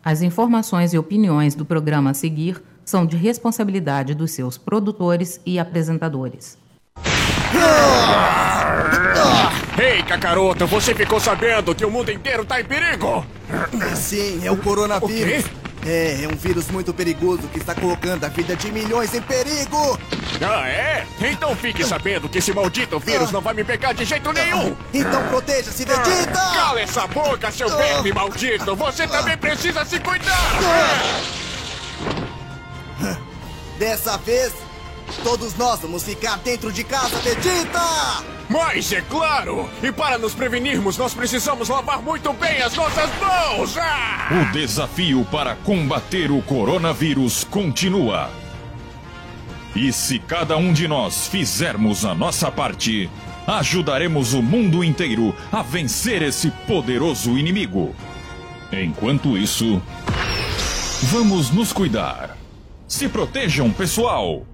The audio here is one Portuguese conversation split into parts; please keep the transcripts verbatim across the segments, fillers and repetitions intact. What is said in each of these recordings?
As informações e opiniões do programa a seguir são de responsabilidade dos seus produtores e apresentadores. Ei, Kakaroto, você ficou sabendo que o mundo inteiro está em perigo? Sim, é o coronavírus. O quê? É, é um vírus muito perigoso que está colocando a vida de milhões em perigo. Ah, é? Então fique sabendo que esse maldito vírus não vai me pegar de jeito nenhum. Então proteja-se, Vegeta! Cala essa boca, seu verme maldito! Você também precisa se cuidar! Dessa vez, todos nós vamos ficar dentro de casa, Vegeta! Mas é claro! E para nos prevenirmos, nós precisamos lavar muito bem as nossas mãos! Ah! O desafio para combater o coronavírus continua. E se cada um de nós fizermos a nossa parte, ajudaremos o mundo inteiro a vencer esse poderoso inimigo. Enquanto isso, vamos nos cuidar. Se protejam, pessoal!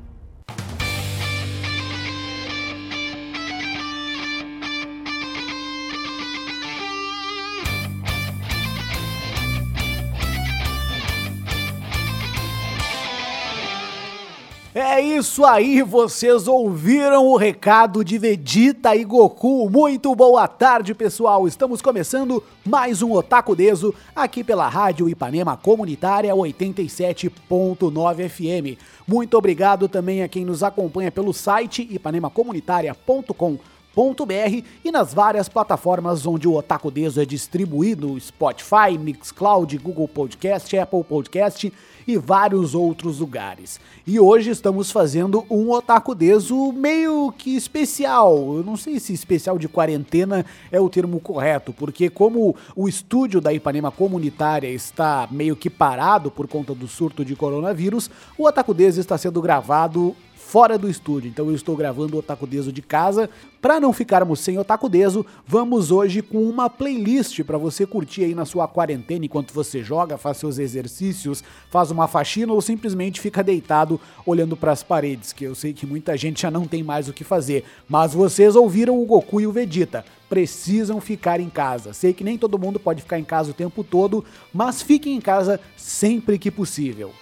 É isso aí, vocês ouviram o recado de Vegeta e Goku. Muito boa tarde, pessoal. Estamos começando mais um Otaku Deso aqui pela Rádio Ipanema Comunitária oitenta e sete ponto nove F M. Muito obrigado também a quem nos acompanha pelo site ipanema comunitária ponto com ponto b r e nas várias plataformas onde o Otaku Deso é distribuído: Spotify, Mixcloud, Google Podcast, Apple Podcast e vários outros lugares. E hoje estamos fazendo um Otaku Deso meio que especial. Eu não sei se especial de quarentena é o termo correto, porque como o estúdio da Ipanema Comunitária está meio que parado por conta do surto de coronavírus, o Otaku Deso está sendo gravado fora do estúdio. Então eu estou gravando o Otaku Deso de casa. Para não ficarmos sem Otaku Deso, vamos hoje com uma playlist para você curtir aí na sua quarentena enquanto você joga, faz seus exercícios, faz uma faxina ou simplesmente fica deitado olhando para as paredes, que eu sei que muita gente já não tem mais o que fazer. Mas vocês ouviram o Goku e o Vegeta. Precisam ficar em casa. Sei que nem todo mundo pode ficar em casa o tempo todo, mas fiquem em casa sempre que possível.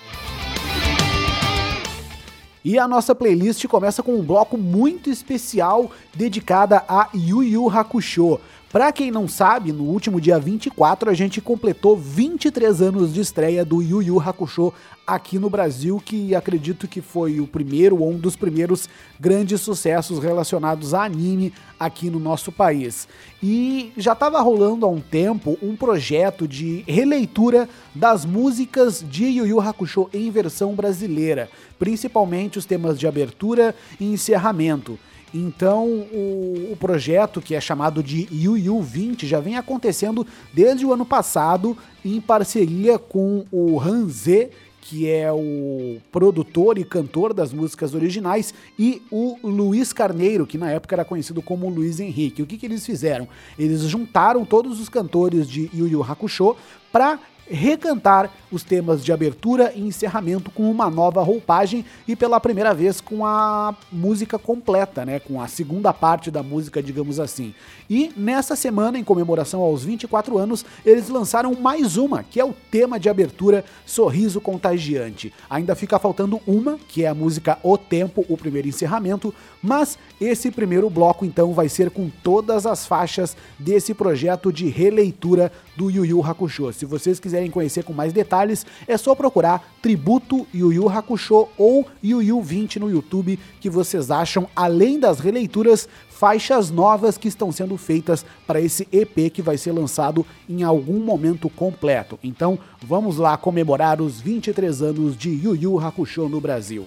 E a nossa playlist começa com um bloco muito especial dedicada a Yu Yu Hakusho. Pra quem não sabe, no último dia vinte e quatro a gente completou vinte e três anos de estreia do Yu Yu Hakusho aqui no Brasil, que acredito que foi o primeiro ou um dos primeiros grandes sucessos relacionados a anime aqui no nosso país. E já estava rolando há um tempo um projeto de releitura das músicas de Yu Yu Hakusho em versão brasileira, principalmente os temas de abertura e encerramento. Então, o, o projeto, que é chamado de Yu Yu vinte, já vem acontecendo desde o ano passado, em parceria com o Hanze, que é o produtor e cantor das músicas originais, e o Luiz Carneiro, que na época era conhecido como Luiz Henrique. O que, que eles fizeram? Eles juntaram todos os cantores de Yu Yu Hakusho para recantar os temas de abertura e encerramento com uma nova roupagem e pela primeira vez com a música completa, né, com a segunda parte da música, digamos assim. E nessa semana, em comemoração aos vinte e quatro anos, eles lançaram mais uma, que é o tema de abertura Sorriso Contagiante. Ainda fica faltando uma, que é a música O Tempo, o primeiro encerramento, mas esse primeiro bloco então vai ser com todas as faixas desse projeto de releitura do Yu Yu Hakusho. Se vocês quiserem conhecer com mais detalhes, é só procurar Tributo Yu Yu Hakusho ou Yu Yu vinte no YouTube, que vocês acham, além das releituras, faixas novas que estão sendo feitas para esse E P que vai ser lançado em algum momento completo. Então, vamos lá comemorar os vinte e três anos de Yu Yu Hakusho no Brasil.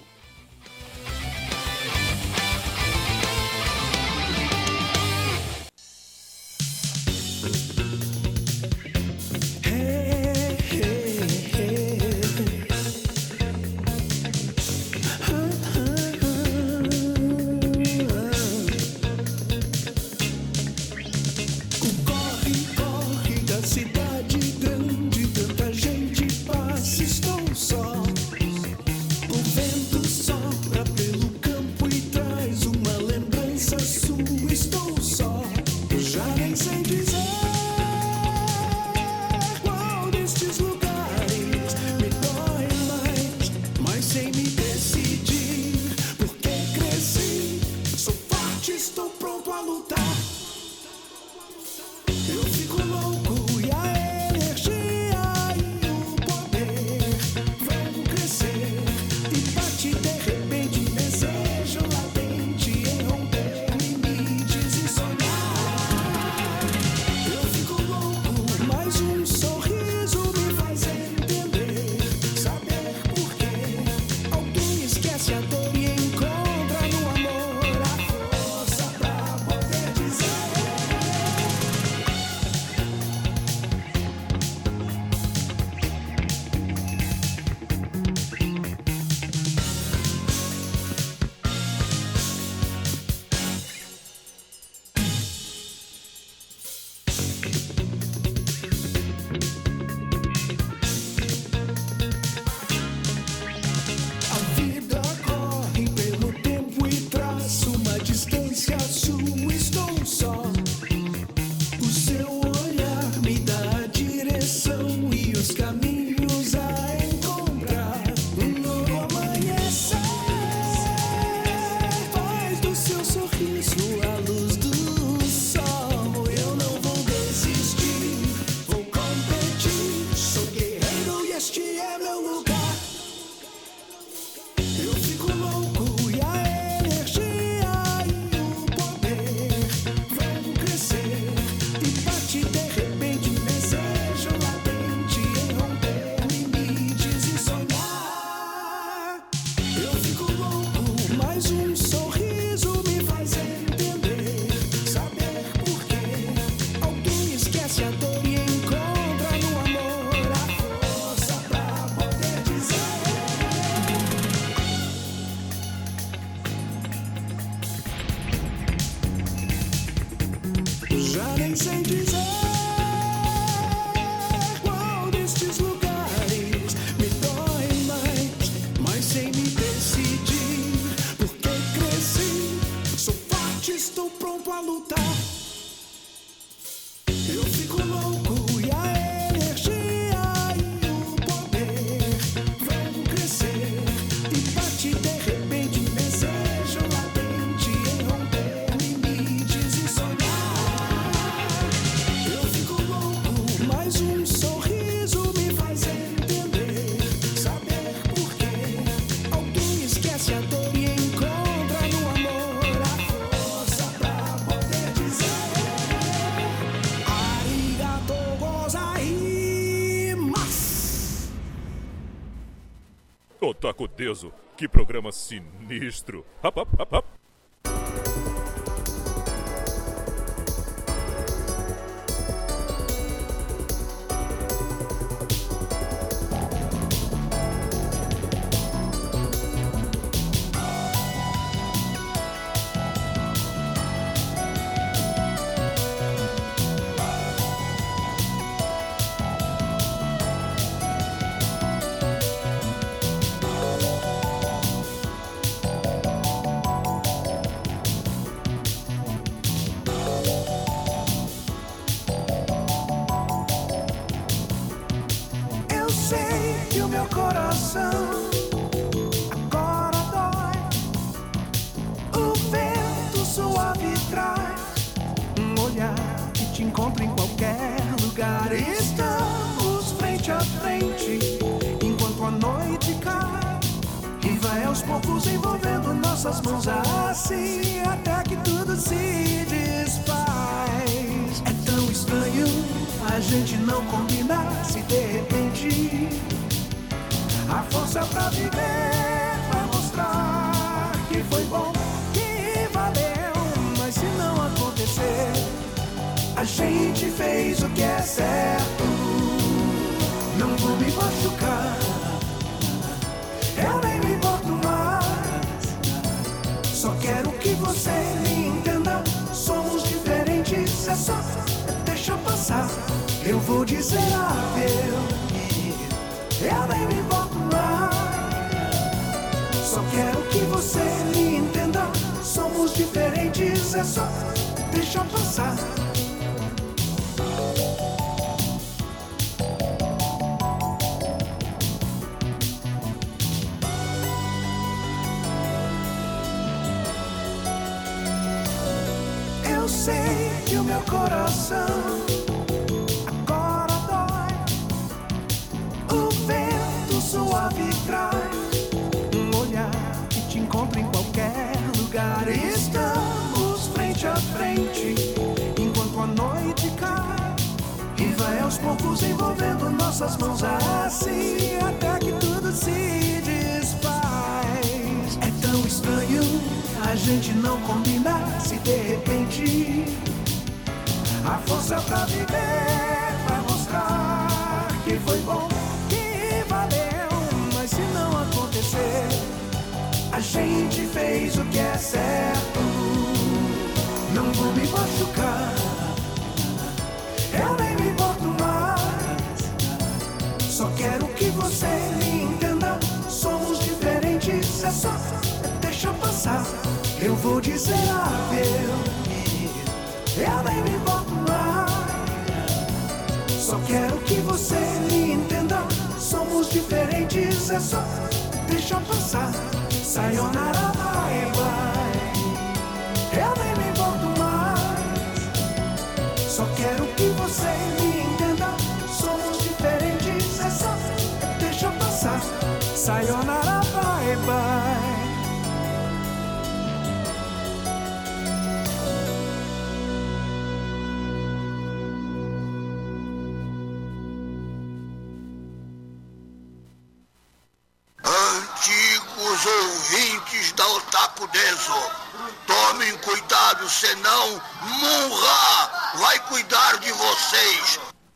Cidade grande, tanta gente passa, estou só. O vento muitos caminhos a encontrar. Um novo amanhecer faz do seu sorriso a luz do sol. Eu não vou desistir, vou competir. Sou guerreiro e este é meu lugar. Eu fico louco e a energia e o poder vão crescer. E bate de repente um desejo latente em romper limites e sonhar. Eu fico louco, mas um sorriso me faz entender, saber por quê. Alguém esquece a dor e encontra no amor a força pra poder dizer. Já nem sei dizer qual destes lugares me dói mais, mas sem me decidir, porque cresci, sou forte, estou pronto a lutar. Eu fico louco e a energia e o poder vão crescer. E bate de repente um desejo latente em romper limites e sonhar. Eu fico louco, mas um sorriso me faz entender, saber por quê. Alguém esquece a dor e encontra no amor a força pra poder dizer. Arigato gozaimasu. Otaku Deso, que programa sinistro. Hap, hap, hap, hap. Eu sei que o meu coração agora dói. O vento suave traz um olhar que te encontra em qualquer lugar. Estamos frente a frente enquanto a noite cai e vai aos poucos envolvendo nossas mãos assim até que tudo se desfaz. É tão estranho a gente não combinar, se de repente a força pra viver vai mostrar que foi bom, que valeu. Mas se não acontecer, a gente fez o que é certo. Não vou me machucar, eu nem me importo mais. Só quero que você me entenda, somos diferentes, é só deixa passar. Eu vou dizer adeus, eu nem me importo mais. Só quero que você me entenda, somos diferentes, é só deixa passar. Eu sei que o meu coração agora dói. O vento suave traz um olhar que te encontra em qualquer lugar. Estamos frente a frente enquanto a noite cai e vai aos poucos envolvendo nossas mãos assim até que tudo se desfaz. É tão estranho a gente não combinar, se de repente a força pra viver vai mostrar que foi bom, que valeu. Mas se não acontecer, a gente fez o que é certo. Não vou me machucar, eu nem me importo mais. Só quero que você me entenda, somos diferentes, é só deixa passar. Eu vou dizer adeus, eu nem me importo mais. Só quero que você me entenda. diferentes, é só deixa passar. Sayonara, bye bye. Eu nem me importo mais. Só quero que você me entenda. Somos diferentes, é só deixa passar. Sayonara, bye bye. Antigos ouvintes da Otaku Denso, tomem cuidado, senão Munra vai cuidar de vocês.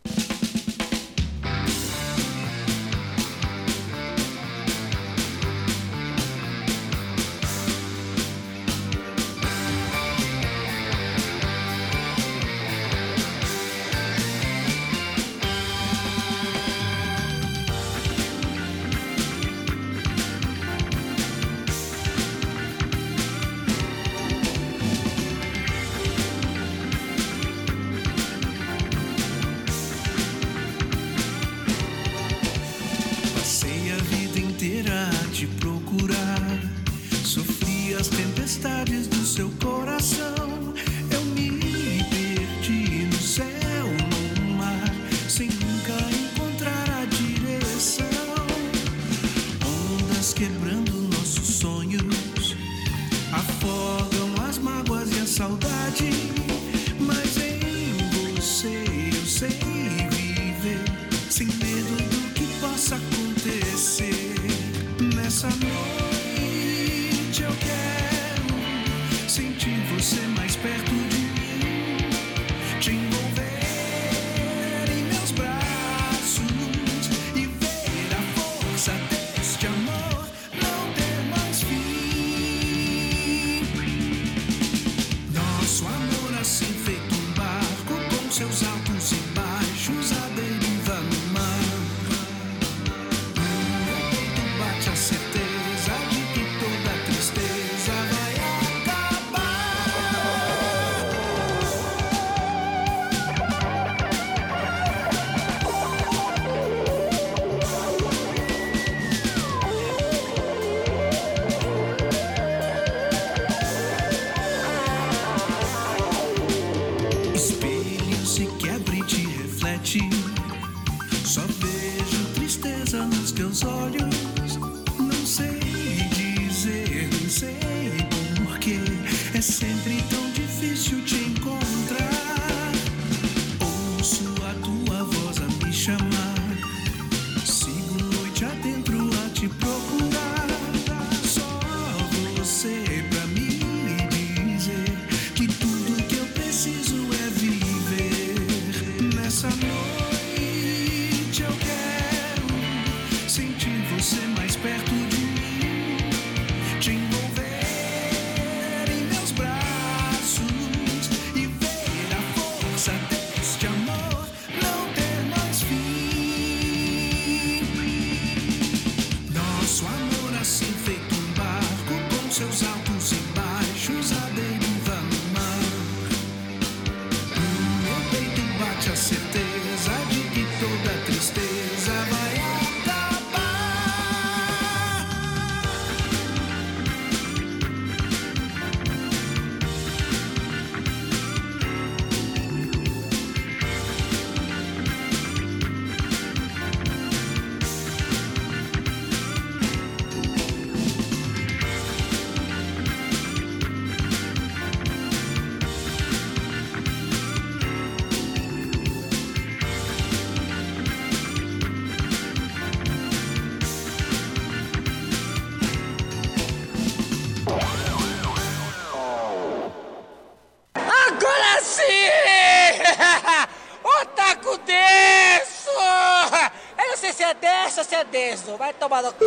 Vai tomar no cu.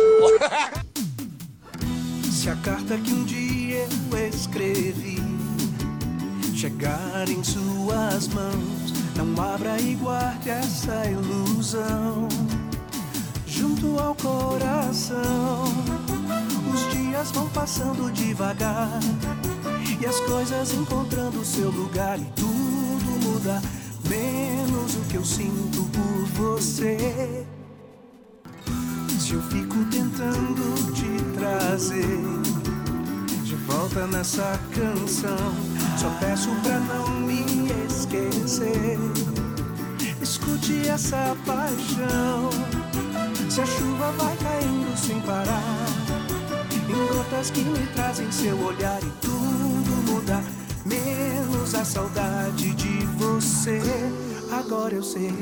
Se a carta que um dia eu escrevi chegar em suas mãos, não abra e guarde essa ilusão junto ao coração. Os dias vão passando devagar e as coisas encontrando seu lugar e tudo muda, menos o que eu sinto por você. Se eu fico tentando te trazer de volta nessa canção, só peço pra não me esquecer. Escute essa paixão. Se a chuva vai caindo sem parar, em gotas que me trazem seu olhar, e tudo muda, menos a saudade de você. Agora eu sei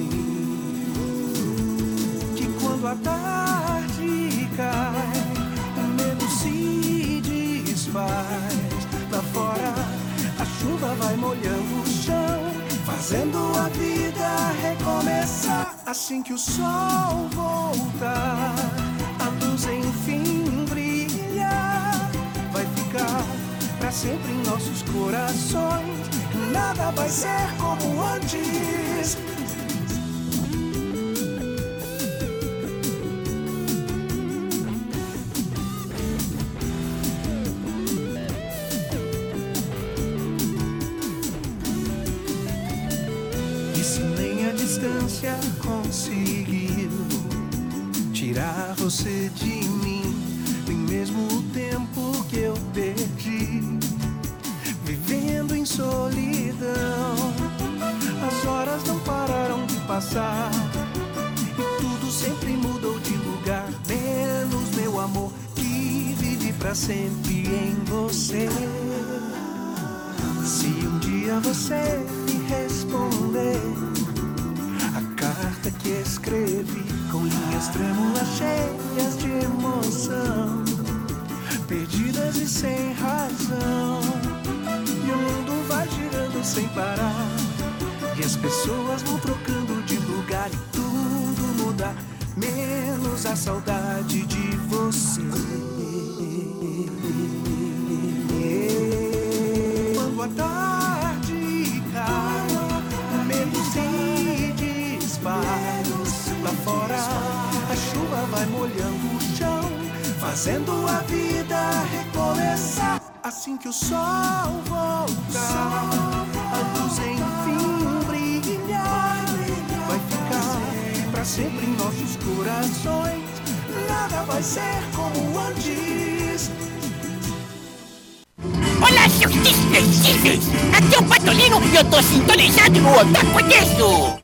que quando a tarde cai, o medo se desfaz. Lá fora a chuva vai molhando o chão, fazendo a vida recomeçar. Assim que o sol voltar, a luz enfim brilhar, vai ficar pra sempre em nossos corações. Nada vai ser como antes. E se nem a distância conseguiu tirar você de mim, nem mesmo o tempo que eu perdi vivendo em solidão, as horas não pararam de passar e tudo sempre mudou de lugar, menos meu amor que vive pra sempre em você. Se um dia você me responder a carta que escrevi com linhas trêmulas cheias de emoção, perdidas e sem razão, e o mundo vai girando sem parar, e as pessoas vão trocando de lugar, e tudo muda, menos a saudade de você. Quando a tarde cai, o medo se desfaz. Lá fora a chuva vai molhando o chão, fazendo a vida recomeçar. Assim que o sol voltar, a luz enfim brilhar, vai ficar pra sempre em nossos corações. Nada vai ser como antes. Olá, seus desprezíveis! Aqui é o Patolino e eu tô sintonizado no Otaku Desu!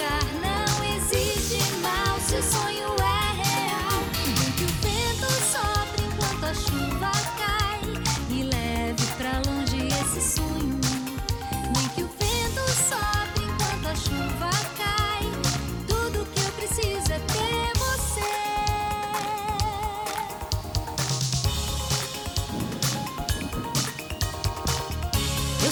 Sonho é real, que o vento só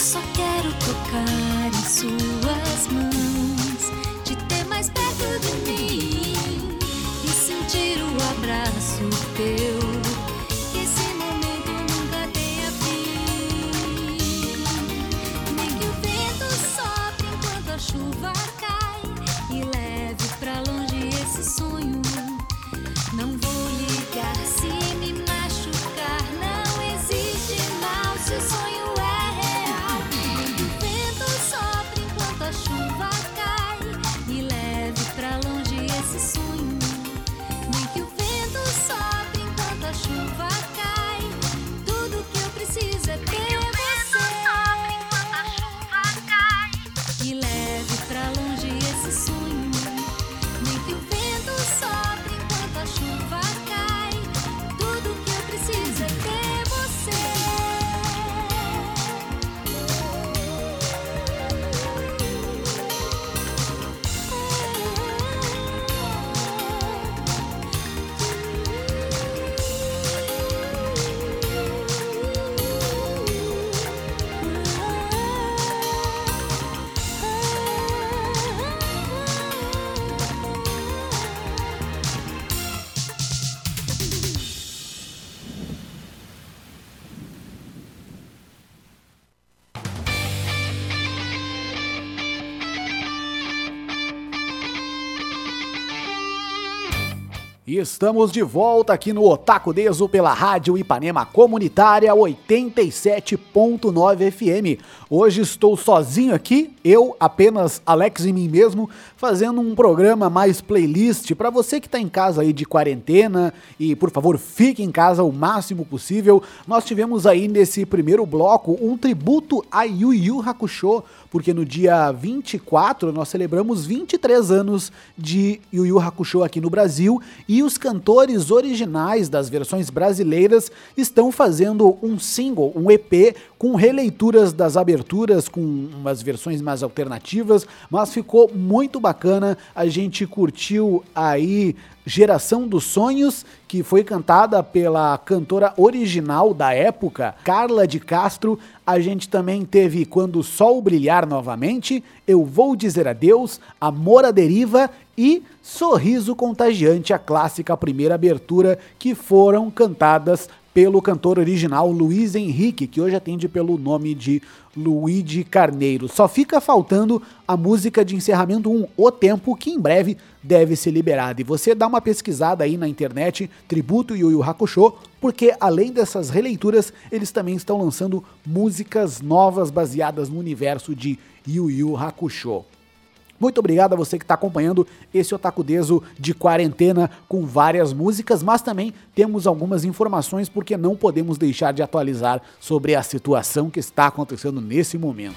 só quero tocar em suas mãos, te ter mais perto de mim e sentir o abraço teu, que esse momento nunca tenha fim. Nem que o vento sopre enquanto a chuva cai e leve pra longe esse sonho. Não vou ligar se me machucar, não existe mal se o sonho é real. Nem que o vento sopre enquanto a chuva cai e leve pra longe esse sonho. Nem que o vento sopre enquanto a chuva cai, tudo que eu preciso é ter você. E leve pra longe esse sonho. Nem que o vento sopre enquanto a chuva cai, tudo que eu preciso é ter você. E estamos de volta aqui no Otaku Deso pela Rádio Ipanema Comunitária oitenta e sete ponto nove F M. Hoje estou sozinho aqui, eu, apenas Alex e mim mesmo, fazendo um programa mais playlist para você que está em casa aí de quarentena e, por favor, fique em casa o máximo possível. Nós tivemos aí nesse primeiro bloco um tributo a Yu Yu Hakusho, porque no dia vinte e quatro nós celebramos vinte e três anos de Yu Yu Hakusho aqui no Brasil e os cantores originais das versões brasileiras estão fazendo um single, um E P, com releituras das aberturas, com umas versões mais alternativas, mas ficou muito bacana. A gente curtiu aí Geração dos Sonhos, que foi cantada pela cantora original da época, Carla de Castro. A gente também teve Quando o Sol Brilhar Novamente, Eu Vou Dizer Adeus, Amor à Deriva e Sorriso Contagiante, a clássica primeira abertura, que foram cantadas pelo cantor original Luiz Henrique, que hoje atende pelo nome de Luigi Carneiro. Só fica faltando a música de encerramento um, O Tempo, que em breve deve ser liberada. E você dá uma pesquisada aí na internet, Tributo Yu Yu Hakusho, porque além dessas releituras, eles também estão lançando músicas novas baseadas no universo de Yu Yu Hakusho. Muito obrigado a você que está acompanhando esse Otaku Deso de quarentena com várias músicas, mas também temos algumas informações porque não podemos deixar de atualizar sobre a situação que está acontecendo nesse momento.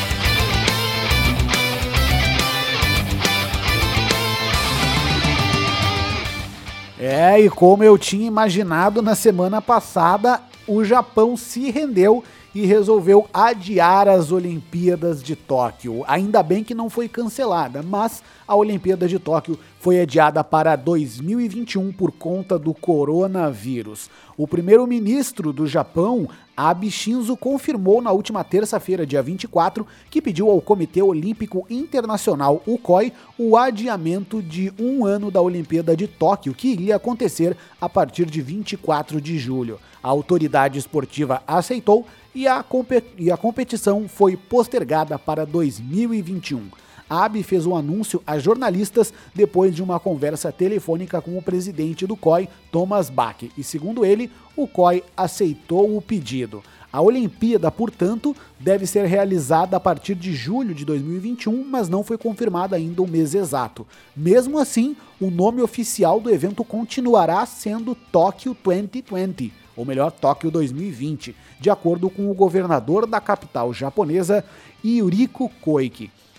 É, e como eu tinha imaginado na semana passada, o Japão se rendeu e resolveu adiar as Olimpíadas de Tóquio. Ainda bem que não foi cancelada, mas a Olimpíada de Tóquio foi adiada para dois mil e vinte e um por conta do coronavírus. O primeiro-ministro do Japão, Abe Shinzo, confirmou na última terça-feira, dia vinte e quatro, que pediu ao Comitê Olímpico Internacional, o C O I, o adiamento de um ano da Olimpíada de Tóquio, que iria acontecer a partir de vinte e quatro de julho. A autoridade esportiva aceitou e a, e a competição foi postergada para dois mil e vinte e um. Abe fez um anúncio a jornalistas depois de uma conversa telefônica com o presidente do C O I, Thomas Bach, e segundo ele, o C O I aceitou o pedido. A Olimpíada, portanto, deve ser realizada a partir de julho de dois mil e vinte e um, mas não foi confirmado ainda o mês exato. Mesmo assim, o nome oficial do evento continuará sendo Tóquio dois mil e vinte, ou melhor, Tóquio dois mil e vinte, de acordo com o governador da capital japonesa, Yuriko Koike.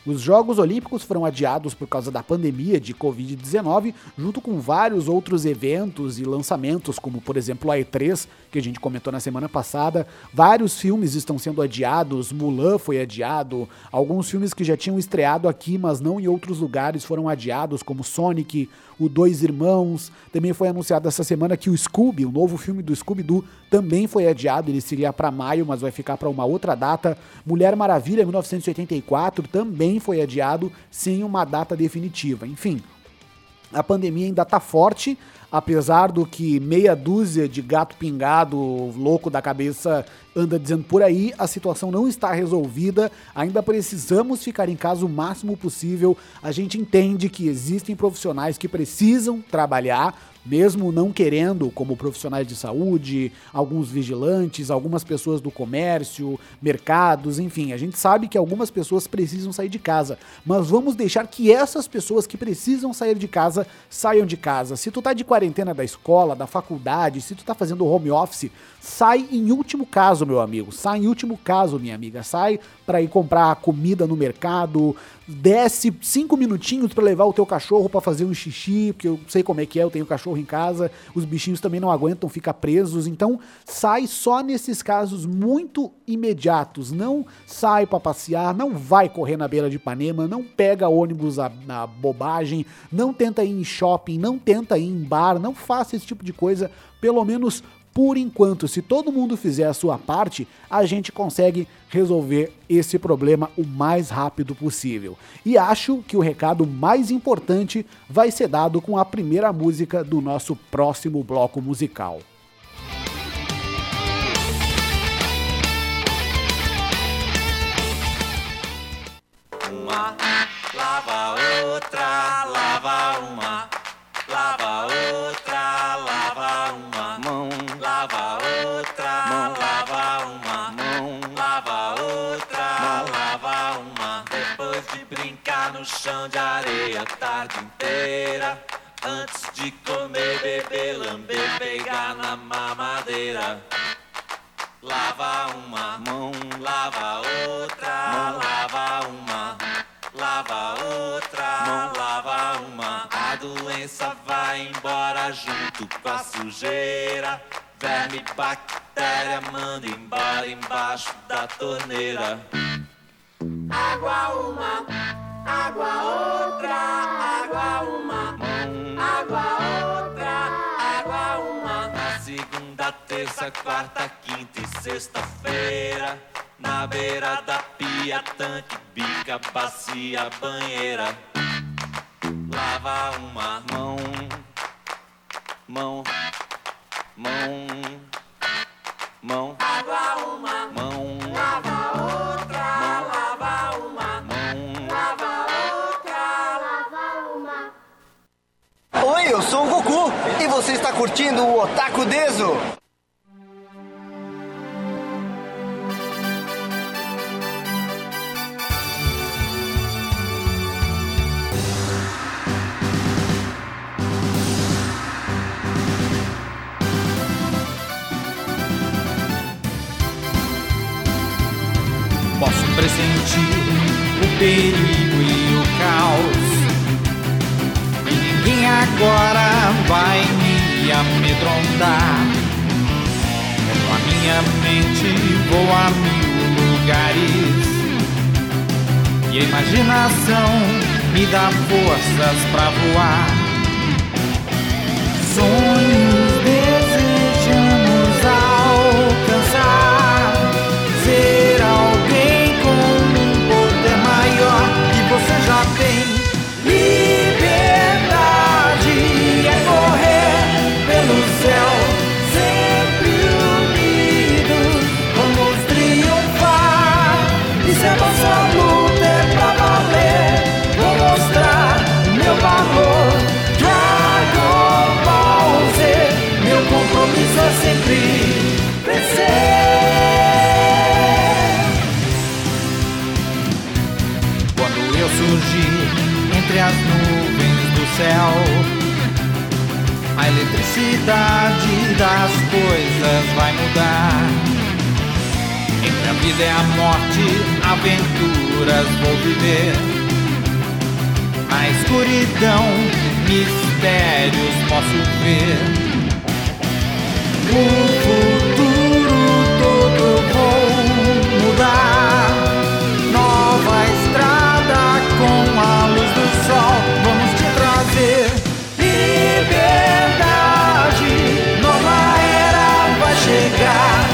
Os Jogos Olímpicos foram adiados por causa da pandemia de covid dezenove, junto com vários outros eventos e lançamentos, como por exemplo a E três, que a gente comentou na semana passada. Vários filmes estão sendo adiados, Mulan foi adiado, alguns filmes que já tinham estreado aqui, mas não em outros lugares, foram adiados, como Sonic, o Dois Irmãos. Também foi anunciado essa semana que o Scooby, o novo filme do Scooby-Doo, também foi adiado, ele seria para maio, mas vai ficar para uma outra data. Mulher Maravilha, mil novecentos e oitenta e quatro, também foi adiado, sem uma data definitiva. Enfim, a pandemia ainda tá forte, apesar do que meia dúzia de gato pingado, louco da cabeça, anda dizendo por aí, a situação não está resolvida, ainda precisamos ficar em casa o máximo possível. A gente entende que existem profissionais que precisam trabalhar, mesmo não querendo, como profissionais de saúde, alguns vigilantes, algumas pessoas do comércio, mercados, enfim, a gente sabe que algumas pessoas precisam sair de casa, mas vamos deixar que essas pessoas que precisam sair de casa, saiam de casa. Se tu tá de quarentena da escola, da faculdade, se tu tá fazendo home office, sai em último caso, meu amigo, sai em último caso, minha amiga, sai para ir comprar comida no mercado, desce cinco minutinhos para levar o teu cachorro para fazer um xixi, porque eu sei como é que é, eu tenho cachorro em casa, os bichinhos também não aguentam ficar presos, então sai só nesses casos muito imediatos, não sai para passear, não vai correr na beira de Ipanema, não pega ônibus a, na bobagem, não tenta ir em shopping, não tenta ir em bar, não faça esse tipo de coisa, pelo menos por enquanto. Se todo mundo fizer a sua parte, a gente consegue resolver esse problema o mais rápido possível. E acho que o recado mais importante vai ser dado com a primeira música do nosso próximo bloco musical. Uma, lava outra, lava uma, lava outra, lava uma mão, lava outra, mão, lava uma mão, lava outra, lava uma. Depois de brincar no chão de areia a tarde inteira, antes de comer, beber, lamber, pegar na mamadeira. Lava uma mão, lava outra, lava uma, lava outra, mão, lava uma. A doença vai embora junto com a sujeira. Verme, bactéria, manda embora embaixo da torneira. Água uma, água outra, água uma, mão, água outra, água uma. Na segunda, terça, quarta, quinta e sexta-feira, na beira da pia, tanque, bica, bacia, banheira. Lava uma mão, mão, mão, mão. Lava uma mão, lava outra, lava uma mão, lava outra, lava uma. Oi, eu sou o Goku e você está curtindo o Otaku Deso. Posso pressentir o perigo e o caos, e ninguém agora vai me amedrontar. A minha mente voa a mil lugares, e a imaginação me dá forças pra voar. Sonhos desejamos alcançar, ser alguém com um poder maior que você já tem. Liberdade é correr pelo céu, sempre unidos vamos triunfar. E se a nossa luta é pra valer, vou mostrar o meu valor. Dragon Ball Z, meu compromisso é sempre vencer. Surgir entre as nuvens do céu, a eletricidade das coisas vai mudar. Entre a vida e a morte, aventura aventuras vou viver. Na escuridão, mistérios posso ver. O futuro todo vou mudar. Nova estrada com a luz do sol, vamos te trazer liberdade. Nova era vai chegar.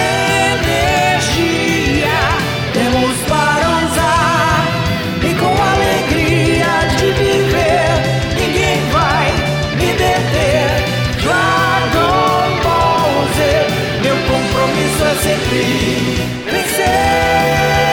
Energia temos para usar, e com alegria de viver ninguém vai me deter. Dragon Ball Z, meu compromisso é sempre vencer.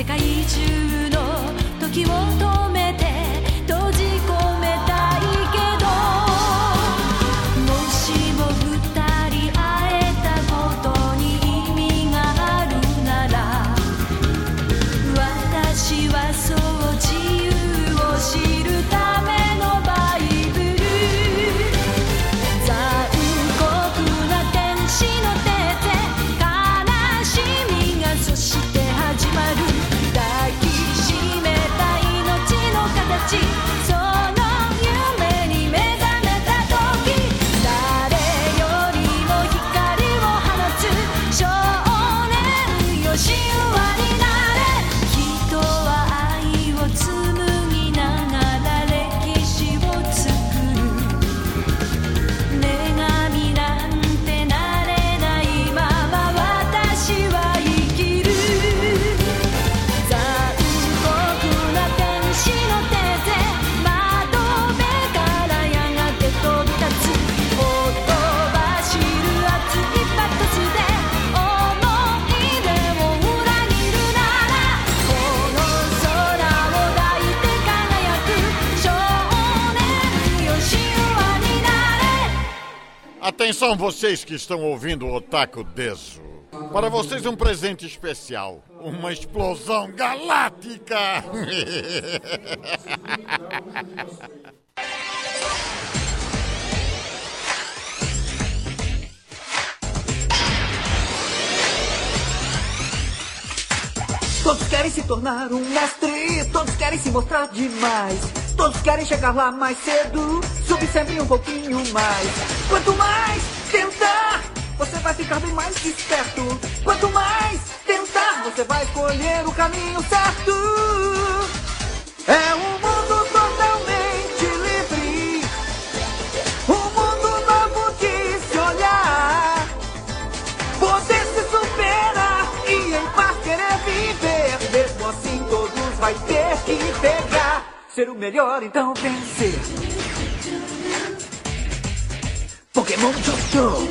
界中の時を止めて閉じ込めたいけど、もしも二人会えたことに意味があるなら、私はそう自由を知るためのバイブル、残酷な天使の手で悲しみがそして始まる、抱きしめた命の形、その夢に目覚めた時、誰よりも光を放つ少年よ、神話になれ。人は愛を紡ぎながら歴史を作る、女神なんてなれないまま私は生きる、残酷な天使の手で窓辺からやがて飛び立つ、ほとばしる熱いパトスで思い出を裏切るなら、この空を抱いて輝く少年よ、神話になれ。 Atenção vocês que estão ouvindo o Otaku Deso. Para vocês um presente especial. Uma explosão galáctica. Todos querem se tornar um mestre, todos querem se mostrar demais, todos querem chegar lá mais cedo, subir sempre um pouquinho mais. Quanto mais tentar, você vai ficar bem mais esperto. Quanto mais tentar, você vai escolher o caminho certo. É um mundo totalmente livre, um mundo novo de se olhar, poder se superar e em paz querer viver. Mesmo assim todos vai ter que pegar, ser o melhor então vencer. Pokémon Jojo.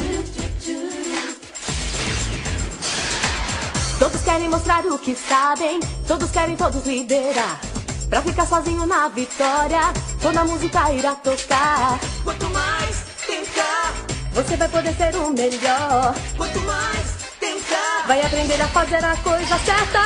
Todos querem mostrar o que sabem, todos querem todos liderar, pra ficar sozinho na vitória, toda a música irá tocar. Quanto mais tentar, você vai poder ser o melhor. Quanto mais tentar, vai aprender a fazer a coisa certa.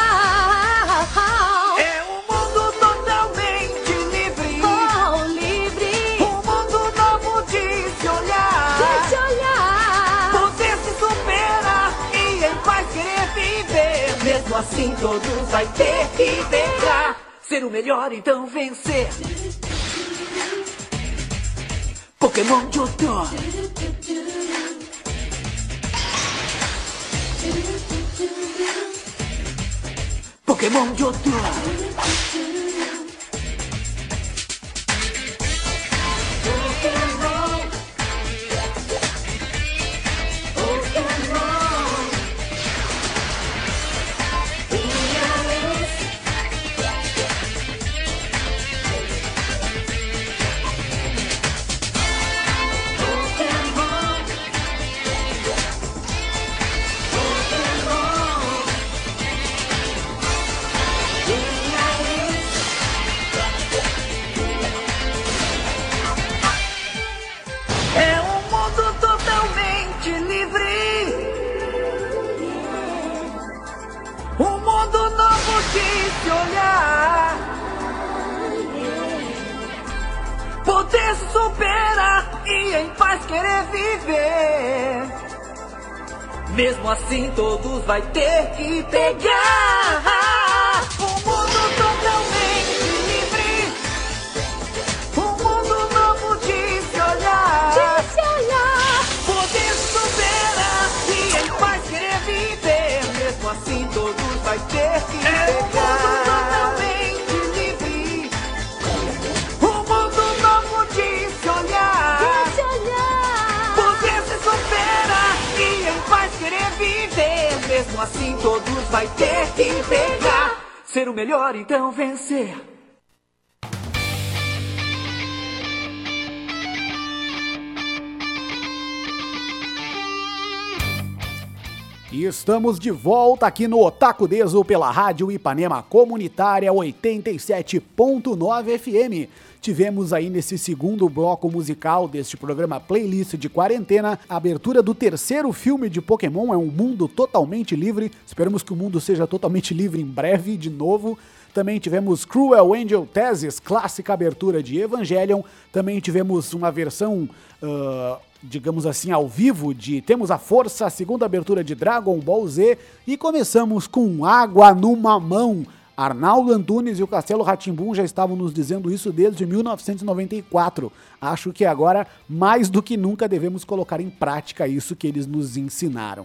É um mundo totalmente livre, oh, livre, um mundo novo de se olhar, de se olhar, poder se superar e em paz querer viver. Mesmo assim todos vai ter que pegar, ser o melhor então vencer. Pokémon Jojo. Pokémon Jojo. É um mundo totalmente livre, um mundo novo de se olhar, poder se superar e em paz querer viver. Mesmo assim todos vai ter que pegar. Um mundo totalmente livre, um mundo novo de se olhar, de se olhar, poder se superar e em paz querer viver. Mesmo assim todos vai ter que pegar. Um mundo totalmente livre, um mundo novo de se olhar, de se olhar, poder se superar e em paz querer viver. Mesmo assim todos vai ter que pegar, ser o melhor então vencer. E estamos de volta aqui no Otaku Deso pela Rádio Ipanema Comunitária oitenta e sete ponto nove F M. Tivemos aí nesse segundo bloco musical deste programa Playlist de Quarentena a abertura do terceiro filme de Pokémon, é um mundo totalmente livre. Esperamos que o mundo seja totalmente livre em breve, de novo. Também tivemos Cruel Angel Thesis, clássica abertura de Evangelion. Também tivemos uma versão... Uh, digamos assim, ao vivo de Temos a Força, a segunda abertura de Dragon Ball Z, e começamos com Água no Mamão. Arnaldo Antunes e o Castelo Rá-Tim-Bum já estavam nos dizendo isso desde mil novecentos e noventa e quatro. Acho que agora, mais do que nunca, devemos colocar em prática isso que eles nos ensinaram.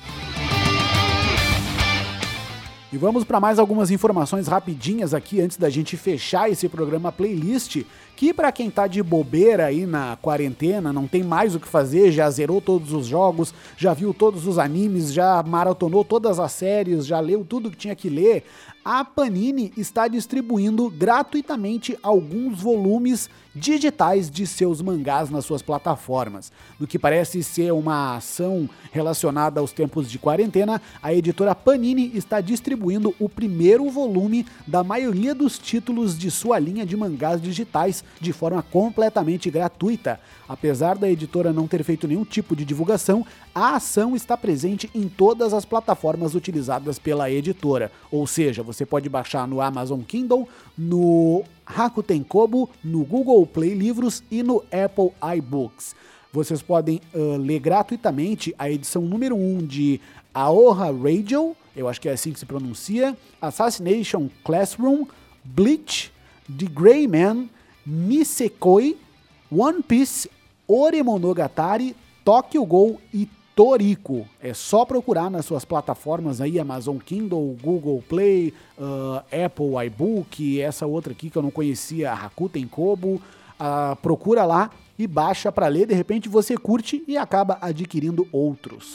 E vamos para mais algumas informações rapidinhas aqui antes da gente fechar esse programa Playlist, que para quem tá de bobeira aí na quarentena, não tem mais o que fazer, já zerou todos os jogos, já viu todos os animes, já maratonou todas as séries, já leu tudo que tinha que ler, a Panini está distribuindo gratuitamente alguns volumes digitais de seus mangás nas suas plataformas. No que parece ser uma ação relacionada aos tempos de quarentena, a editora Panini está distribuindo o primeiro volume da maioria dos títulos de sua linha de mangás digitais de forma completamente gratuita. Apesar da editora não ter feito nenhum tipo de divulgação, a ação está presente em todas as plataformas utilizadas pela editora, ou seja, você pode baixar no Amazon Kindle, no Rakuten Kobo, no Google Play Livros e no Apple iBooks. Vocês podem uh, ler gratuitamente a edição número um de Aoha Radio, eu acho que é assim que se pronuncia, Assassination Classroom, Bleach, The Gray Man, Nisekoi, One Piece, Oremonogatari, Tokyo Ghoul e Toriko. É só procurar nas suas plataformas aí, Amazon Kindle, Google Play, uh, Apple iBook, essa outra aqui que eu não conhecia, Rakuten Kobo. Uh, procura lá e baixa para ler, de repente você curte e acaba adquirindo outros.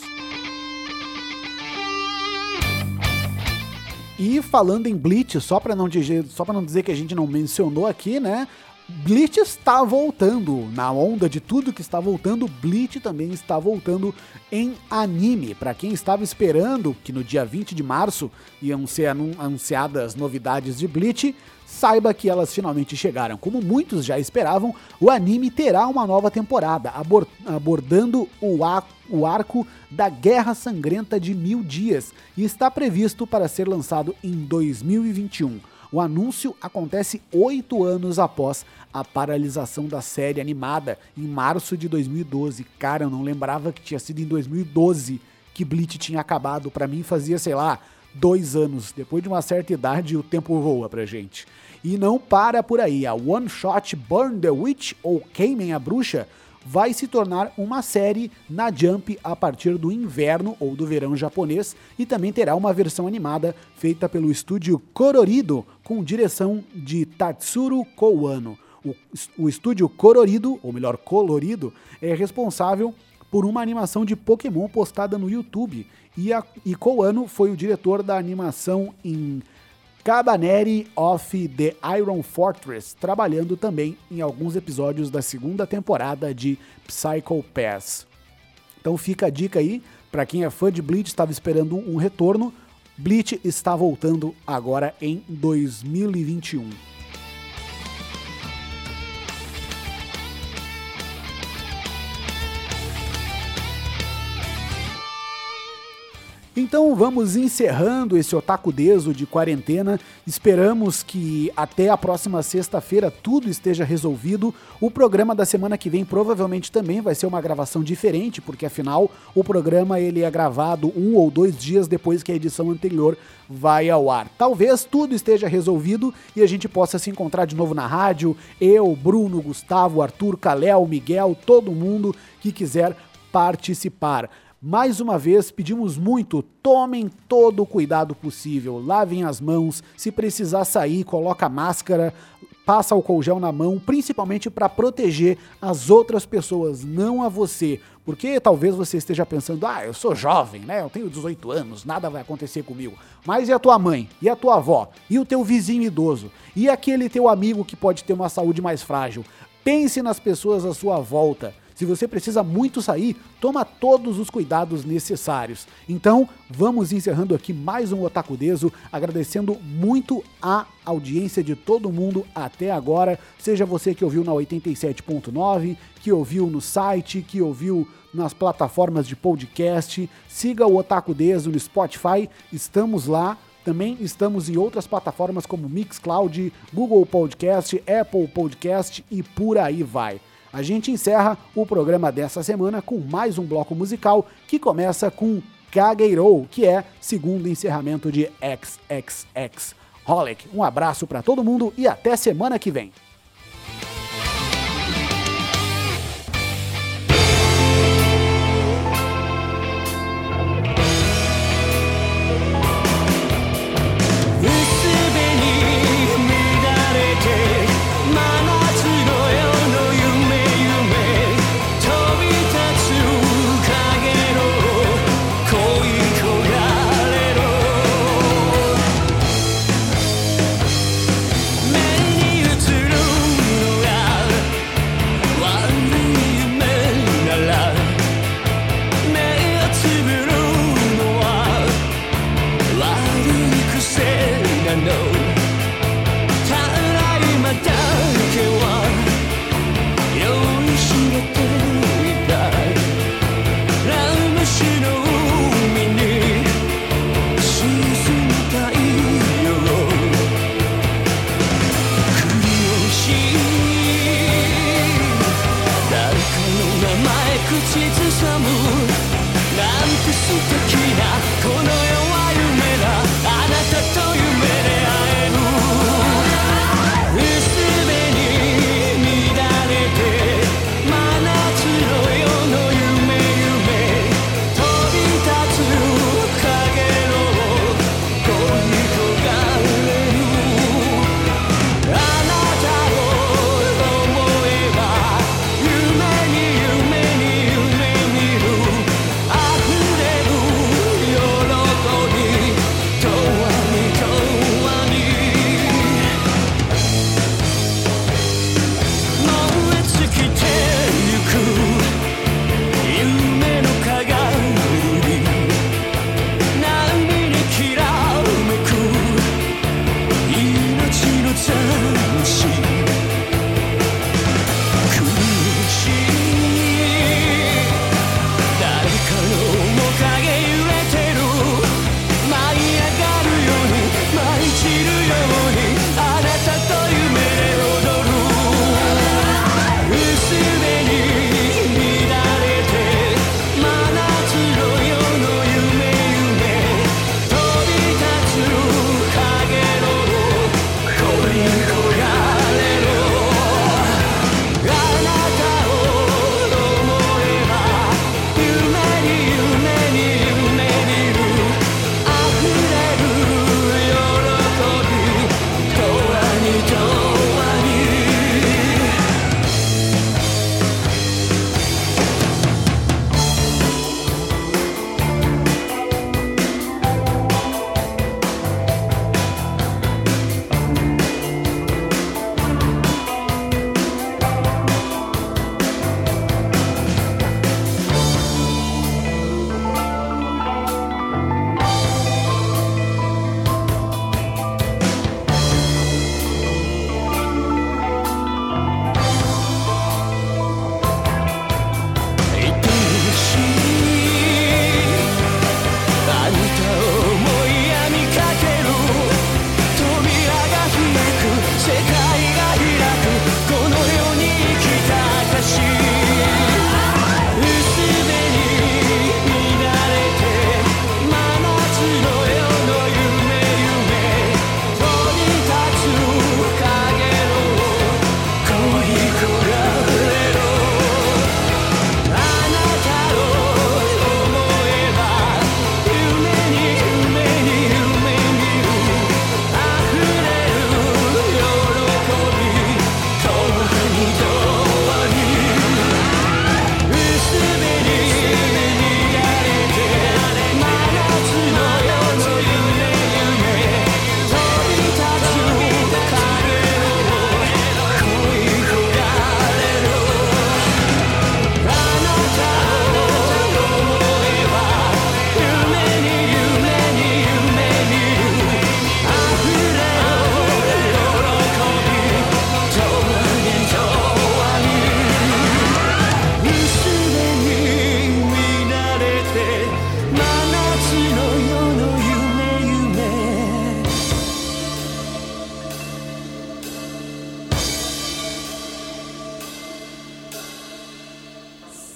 E falando em Bleach, só para não dizer, só para não dizer que a gente não mencionou aqui, né? Bleach está voltando, na onda de tudo que está voltando, Bleach também está voltando em anime. Para quem estava esperando que no dia vinte de março iam ser anunciadas novidades de Bleach, saiba que elas finalmente chegaram. Como muitos já esperavam, o anime terá uma nova temporada, abordando o, o arco da Guerra Sangrenta de Mil Dias, e está previsto para ser lançado em dois mil e vinte e um. O anúncio acontece oito anos após a paralisação da série animada, em março de dois mil e doze. Cara, eu não lembrava que tinha sido em dois mil e doze que Bleach tinha acabado. Pra mim fazia, sei lá, dois anos. Depois de uma certa idade, o tempo voa pra gente. E não para por aí. A One Shot Burn the Witch, ou Queimem a Bruxa, vai se tornar uma série na Jump a partir do inverno ou do verão japonês, e também terá uma versão animada feita pelo estúdio Kororido, com direção de Tatsuro Kouano. O, o estúdio Kororido, ou melhor, Colorido, é responsável por uma animação de Pokémon postada no YouTube, e, a, e Kouano foi o diretor da animação em Cabaneri of the Iron Fortress, trabalhando também em alguns episódios da segunda temporada de Psycho Pass. Então fica a dica aí, para quem é fã de Bleach, estava esperando um retorno, Bleach está voltando agora em dois mil e vinte e um. Então vamos encerrando esse Otaku Deso de quarentena. Esperamos que até a próxima sexta-feira tudo esteja resolvido. O programa da semana que vem provavelmente também vai ser uma gravação diferente, porque afinal o programa ele é gravado um ou dois dias depois que a edição anterior vai ao ar. Talvez tudo esteja resolvido e a gente possa se encontrar de novo na rádio. Eu, Bruno, Gustavo, Arthur, Kalel, Miguel, todo mundo que quiser participar. Mais uma vez, pedimos muito, tomem todo o cuidado possível, lavem as mãos, se precisar sair, coloca máscara, passa álcool gel na mão, principalmente para proteger as outras pessoas, não a você, porque talvez você esteja pensando, ah, eu sou jovem, né, eu tenho dezoito anos, nada vai acontecer comigo, mas e a tua mãe, e a tua avó, e o teu vizinho idoso, e aquele teu amigo que pode ter uma saúde mais frágil? Pense nas pessoas à sua volta. Se você precisa muito sair, toma todos os cuidados necessários. Então, vamos encerrando aqui mais um Otaku Deso, agradecendo muito a audiência de todo mundo até agora, seja você que ouviu na oitenta e sete ponto nove, que ouviu no site, que ouviu nas plataformas de podcast, siga o Otaku Deso no Spotify, estamos lá. Também estamos em outras plataformas como Mixcloud, Google Podcast, Apple Podcast e por aí vai. A gente encerra o programa dessa semana com mais um bloco musical que começa com Kageirou, que é segundo encerramento de X X X Holic. Um abraço para todo mundo e até semana que vem. Dream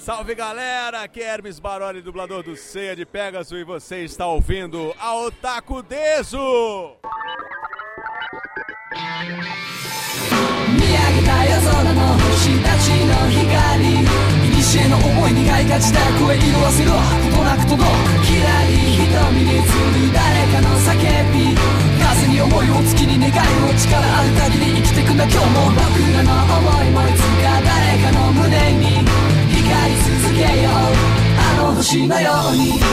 Salve galera, aqui é Hermes Baroli, dublador do Ceia de Pegasus, e você está ouvindo a Otaku Desu! 見上げた夜空の星たちの光古の思い苦いがちだ声色あせろことなく届くきらり瞳に映る誰かの叫び風に思いを月に願いを力ある限り生きてくんだ今日も僕らの思いもいつか誰かの胸に光り続けようあの星のように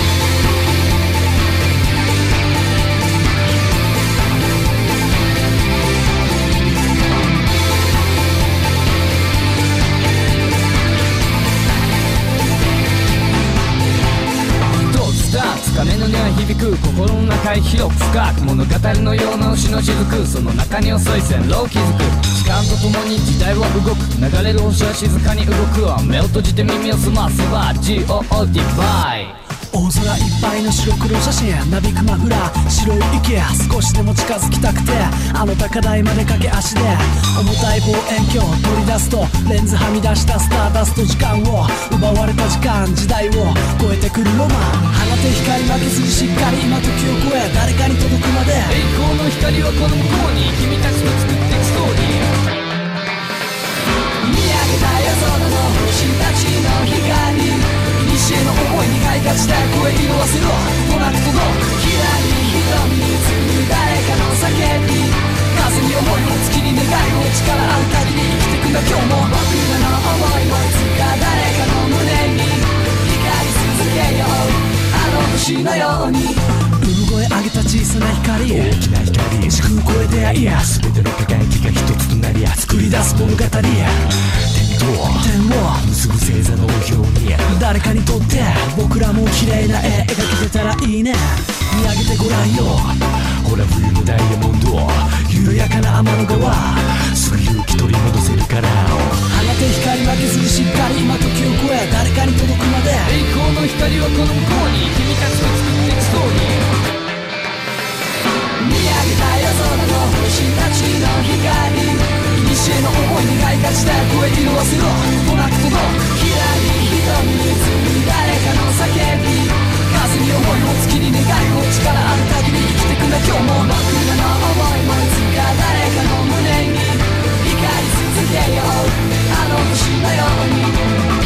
鐘の音は響く心の中へ広く深く物語のような星の雫その中に遅い線路を築く時間とともに時代は動く流れる星は静かに動く目を閉じて耳を澄ませば ジーオー ディバイ大空いっぱいの白黒写真なびくマフラー白い息少しでも近づきたくてあの高台まで駆け足で重たい望遠鏡取り出すとレンズはみ出したスターダスト時間を奪われた時間時代を超えてくるロマン放て光負けずにしっかり今時を超え誰かに届くまで栄光の光はこの向こうに君たちと作っていくストーリー見上げた夜空の星たちの光古の思いに買いがちだ声色あせろとなく届くきらり瞳に映る誰かの叫び風に思いを月に願いを力ある限り生きてくんだ今日も僕らの思いもいつか誰かの胸に光り続けようあの星のように産声上げた小さな光大きな光時空超え出会いや全ての輝きが一つとなり作り出す物語点を結ぶ星座の表に誰かにとって僕らも綺麗な絵描けてたらいいね見上げてごらんよほら冬のダイヤモンド緩やかな天の川すぐ勇気取り戻せるから放て光負けずにしっかり今時を超え誰かに届くまで栄光の光はこの向こうに君たちと作っていくストーリー見上げた夜空の星たちの光古の思いに買いがちだ声色あせろとなく届くきらり瞳に映る誰かの叫び風に思いを月に願いを力ある限り生きてくんだ今日も僕らの思いもいつか誰かの胸に光り続けようあの星のように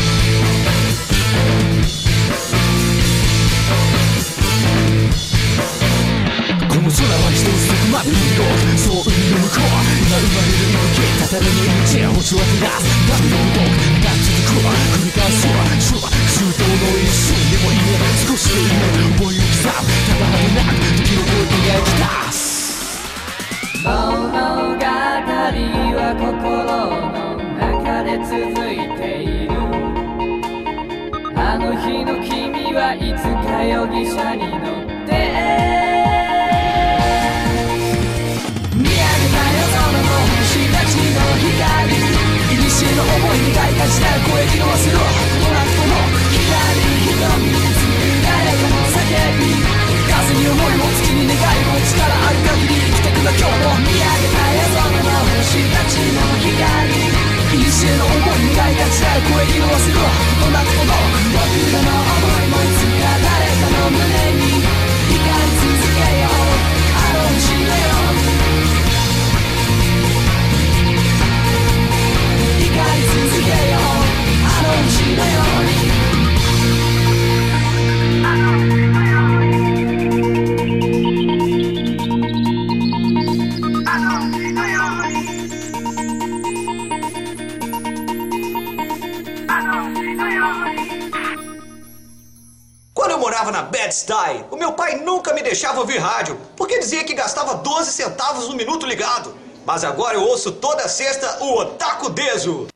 この空は一つそこまで見ようそう海の向こう今生まれる息吹たたらぬ命星は照らす波の動くが続く繰り返すは周到の一瞬でもいい少しでいい思いを刻むただまでなく時を超えて描き出す物語は心の中で続いているあの日の君はいつか容疑者に乗って星たちの光古の思いに買いがちだ声色あせろとなく届く光瞳に映る誰かの叫び風に思いを月に願いを力ある限り生きてくんだ今日も見上げた夜空の星たちの光古の思いに買いがちだ声色あせろとなく届く僕らの思いもいつか誰かの胸に光り続けようあの星のように光り続けようあの星のように Quando eu morava na Bed-Stuy, o meu pai nunca me deixava ouvir rádio, porque dizia que gastava doze centavos no minuto ligado. Mas agora eu ouço toda sexta o Otaku Desu.